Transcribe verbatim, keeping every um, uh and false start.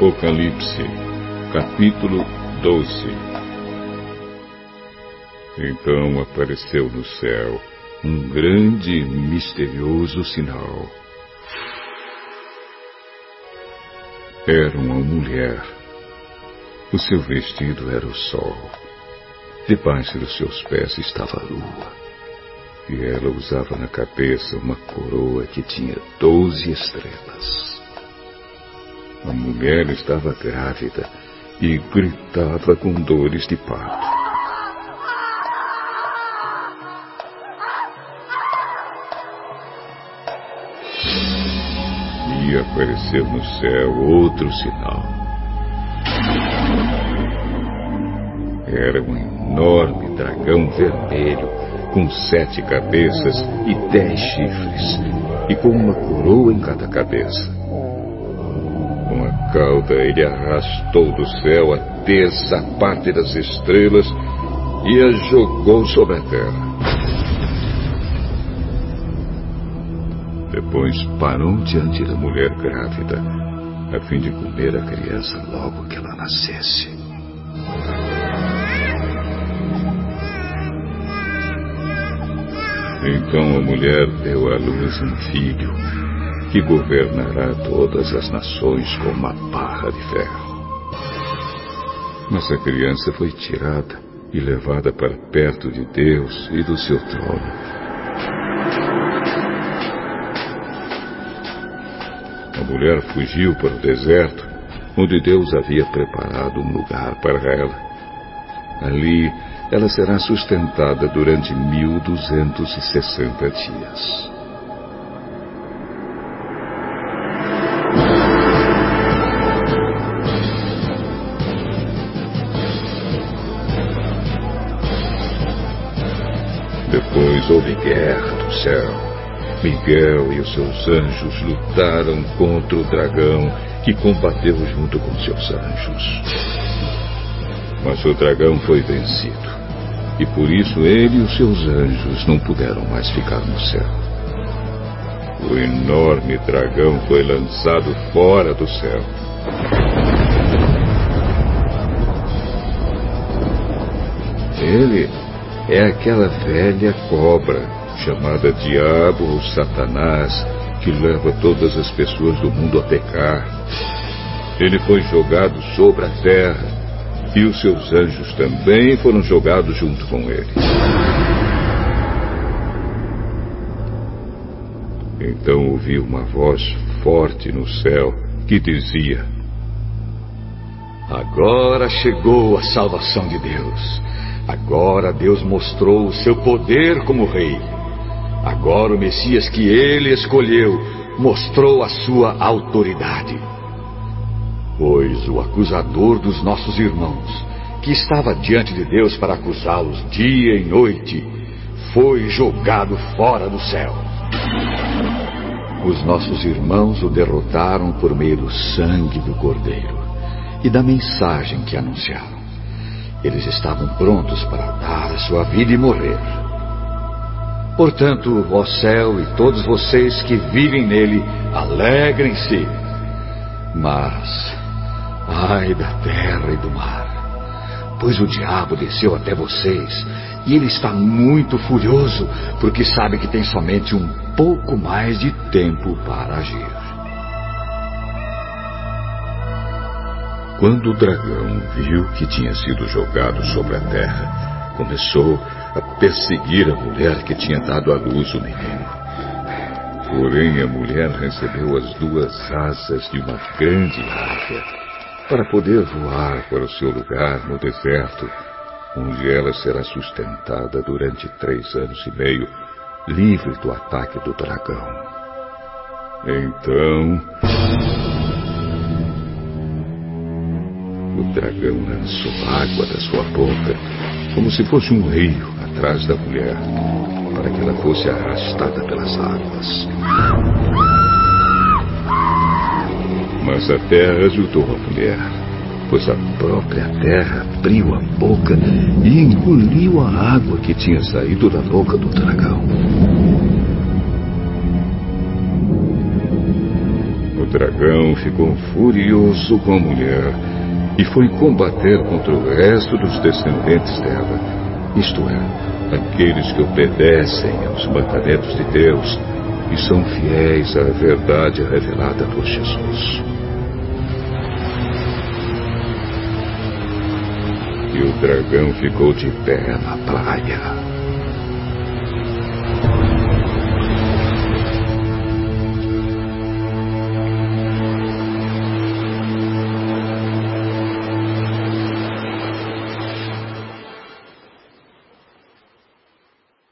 Apocalipse, capítulo doze. Então apareceu no céu um grande e misterioso sinal. Era uma mulher. O seu vestido era o sol. Debaixo dos seus pés estava a lua. E ela usava na cabeça uma coroa que tinha doze estrelas. A mulher estava grávida e gritava com dores de parto. E apareceu no céu outro sinal. Era um enorme dragão vermelho, com sete cabeças e dez chifres, e com uma coroa em cada cabeça. Com a cauda ele arrastou do céu a terça parte das estrelas e as jogou sobre a terra. Depois parou diante da mulher grávida, a fim de comer a criança logo que ela nascesse. Então a mulher deu à luz um filho, que governará todas as nações com uma barra de ferro. Mas a criança foi tirada e levada para perto de Deus e do seu trono. A mulher fugiu para o deserto, onde Deus havia preparado um lugar para ela. Ali, ela será sustentada durante mil duzentos e sessenta dias. Depois houve guerra no céu. Miguel e os seus anjos lutaram contra o dragão, que combateu junto com seus anjos. Mas o dragão foi vencido, e por isso ele e os seus anjos não puderam mais ficar no céu. O enorme dragão foi lançado fora do céu. Ele é aquela velha cobra, chamada Diabo ou Satanás, que leva todas as pessoas do mundo a pecar. Ele foi jogado sobre a terra, e os seus anjos também foram jogados junto com ele. Então ouvi uma voz forte no céu que dizia: Agora chegou a salvação de Deus. Agora Deus mostrou o seu poder como rei. Agora o Messias que ele escolheu mostrou a sua autoridade. Pois o acusador dos nossos irmãos, que estava diante de Deus para acusá-los dia e noite, foi jogado fora do céu. Os nossos irmãos o derrotaram por meio do sangue do Cordeiro e da mensagem que anunciaram. Eles estavam prontos para dar a sua vida e morrer. Portanto, ó céu e todos vocês que vivem nele, alegrem-se. Mas, ai da terra e do mar, pois o diabo desceu até vocês, e ele está muito furioso, porque sabe que tem somente um pouco mais de tempo para agir. Quando o dragão viu que tinha sido jogado sobre a terra, começou a perseguir a mulher que tinha dado à luz o menino. Porém, a mulher recebeu as duas asas de uma grande águia para poder voar para o seu lugar no deserto, onde ela será sustentada durante três anos e meio, livre do ataque do dragão. Então, o dragão lançou água da sua boca, como se fosse um rio, atrás da mulher, para que ela fosse arrastada pelas águas. Mas a terra ajudou a mulher, pois a própria terra abriu a boca e engoliu a água que tinha saído da boca do dragão. O dragão ficou furioso com a mulher e foi combater contra o resto dos descendentes dela, isto é, aqueles que obedecem aos mandamentos de Deus e são fiéis à verdade revelada por Jesus. E o dragão ficou de pé na praia.